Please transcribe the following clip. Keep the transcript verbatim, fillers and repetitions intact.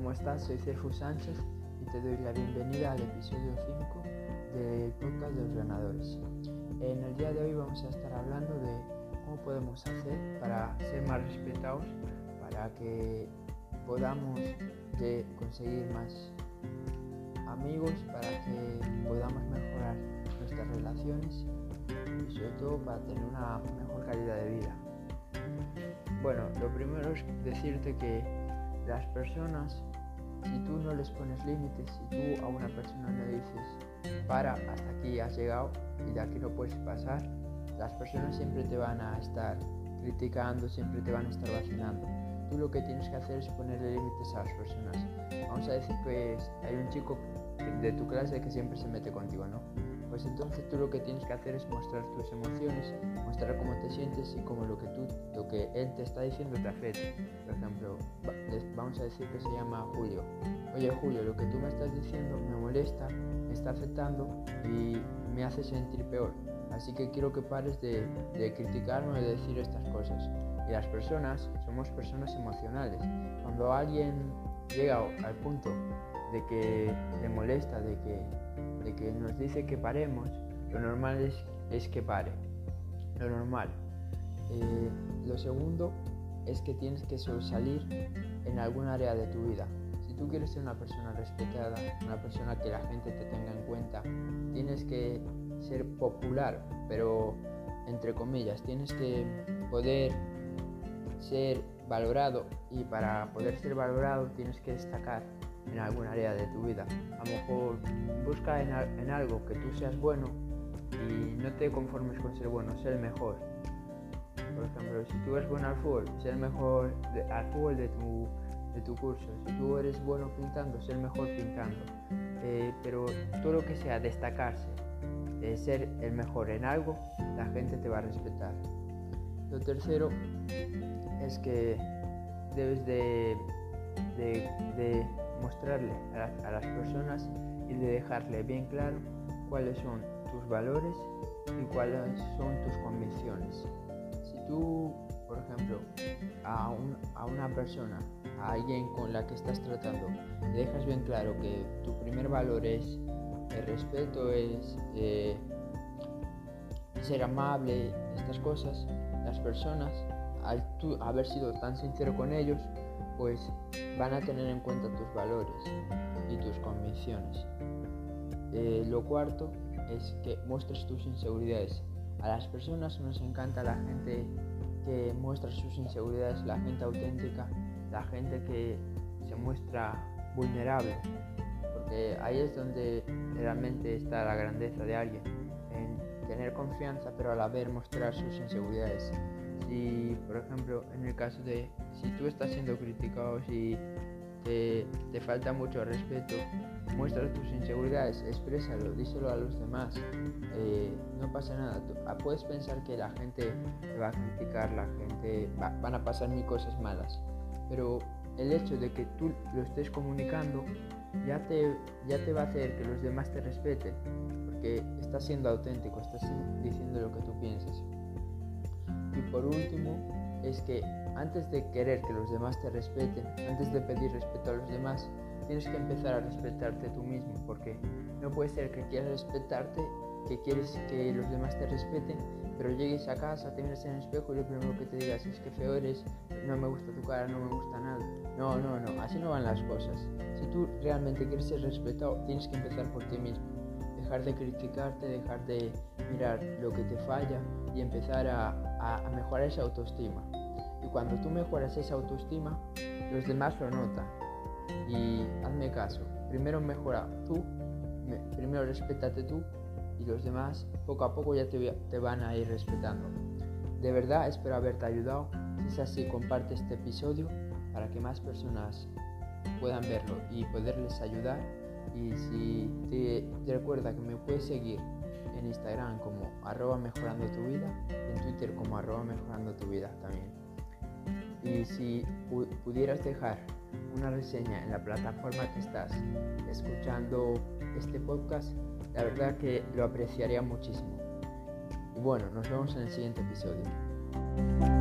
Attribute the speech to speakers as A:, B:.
A: ¿cómo estás? Soy Cerfu Sánchez y te doy la bienvenida al episodio cinco del podcast de los ganadores. En el día de hoy vamos a estar hablando de cómo podemos hacer para ser más respetados, para que podamos de conseguir más amigos, para que podamos mejorar nuestras relaciones y sobre todo para tener una mejor calidad de vida. Bueno, lo primero es decirte que las personas, si tú no les pones límites, si tú a una persona le dices para, hasta aquí has llegado y de aquí no puedes pasar, las personas siempre te van a estar criticando, siempre te van a estar vacilando. Tú lo que tienes que hacer es ponerle límites a las personas. Vamos a decir que hay un chico de tu clase que siempre se mete contigo, ¿no? Pues entonces tú lo que tienes que hacer es mostrar tus emociones, mostrar cómo te sientes y cómo lo que tú, lo que él te está diciendo te afecta. Por ejemplo, vamos a decir que se llama Julio. Oye Julio, lo que tú me estás diciendo me molesta, me está afectando y me hace sentir peor. Así que quiero que pares de, de criticarme o de decir estas cosas. Y las personas, somos personas emocionales. Cuando alguien llega al punto de que le molesta, de que, de que nos dice que paremos, lo normal es, es que pare. Lo normal. Eh, lo segundo es que tienes que sobresalir en algún área de tu vida. Si tú quieres ser una persona respetada, una persona que la gente te tenga en cuenta, tienes que ser popular, pero entre comillas, tienes que poder ser valorado, y para poder ser valorado tienes que destacar en algún área de tu vida. A lo mejor busca en, en algo que tú seas bueno y no te conformes con ser bueno, ser el mejor. Por ejemplo, si tú eres bueno al fútbol, ser el mejor de, al fútbol de tu, de tu curso. Si tú eres bueno pintando, ser el mejor pintando. Eh, pero todo lo que sea destacarse, eh, ser el mejor en algo, la gente te va a respetar. Lo tercero es que debes de, de, de mostrarle a, la, a las personas y de dejarle bien claro cuáles son tus valores y cuáles son tus convicciones. Si tú, por ejemplo, a, un, a una persona, a alguien con la que estás tratando, le dejas bien claro que tu primer valor es el respeto, es eh, ser amable, estas cosas, las personas, al tú haber sido tan sincero con ellos, pues van a tener en cuenta tus valores y tus convicciones. Eh, lo cuarto es que muestres tus inseguridades. A las personas nos encanta la gente que muestra sus inseguridades, la gente auténtica, la gente que se muestra vulnerable, porque ahí es donde realmente está la grandeza de alguien, en tener confianza pero a la vez mostrar sus inseguridades. Si, por ejemplo, en el caso de si tú estás siendo criticado, si te, te falta mucho respeto, muestra tus inseguridades, exprésalo, díselo a los demás, eh, no pasa nada. Tú, ah, puedes pensar que la gente te va a criticar, la gente va, van a pasar mil cosas malas, pero el hecho de que tú lo estés comunicando ya te, ya te va a hacer que los demás te respeten, porque estás siendo auténtico, estás diciendo lo que tú piensas. Y por último, es que antes de querer que los demás te respeten, antes de pedir respeto a los demás, tienes que empezar a respetarte tú mismo, porque no puede ser que quieras respetarte, que quieres que los demás te respeten, pero llegues a casa, te mires en el espejo y lo primero que te digas es que feo eres, no me gusta tu cara, no me gusta nada. No, no, no, así no van las cosas. Si tú realmente quieres ser respetado, tienes que empezar por ti mismo. Dejar de criticarte, dejar de mirar lo que te falla y empezar a, a, a mejorar esa autoestima. Y cuando tú mejoras esa autoestima, los demás lo notan. Y hazme caso, primero mejora tú, me, primero respétate tú y los demás poco a poco ya te, te van a ir respetando. De verdad espero haberte ayudado. Si es así, comparte este episodio para que más personas puedan verlo y poderles ayudar. Y si te, te recuerda que me puedes seguir en Instagram como arroba mejorando tu vida, en Twitter como arroba mejorando tu vida también. Y si pu- pudieras dejar una reseña en la plataforma que estás escuchando este podcast, la verdad que lo apreciaría muchísimo. Y bueno, nos vemos en el siguiente episodio.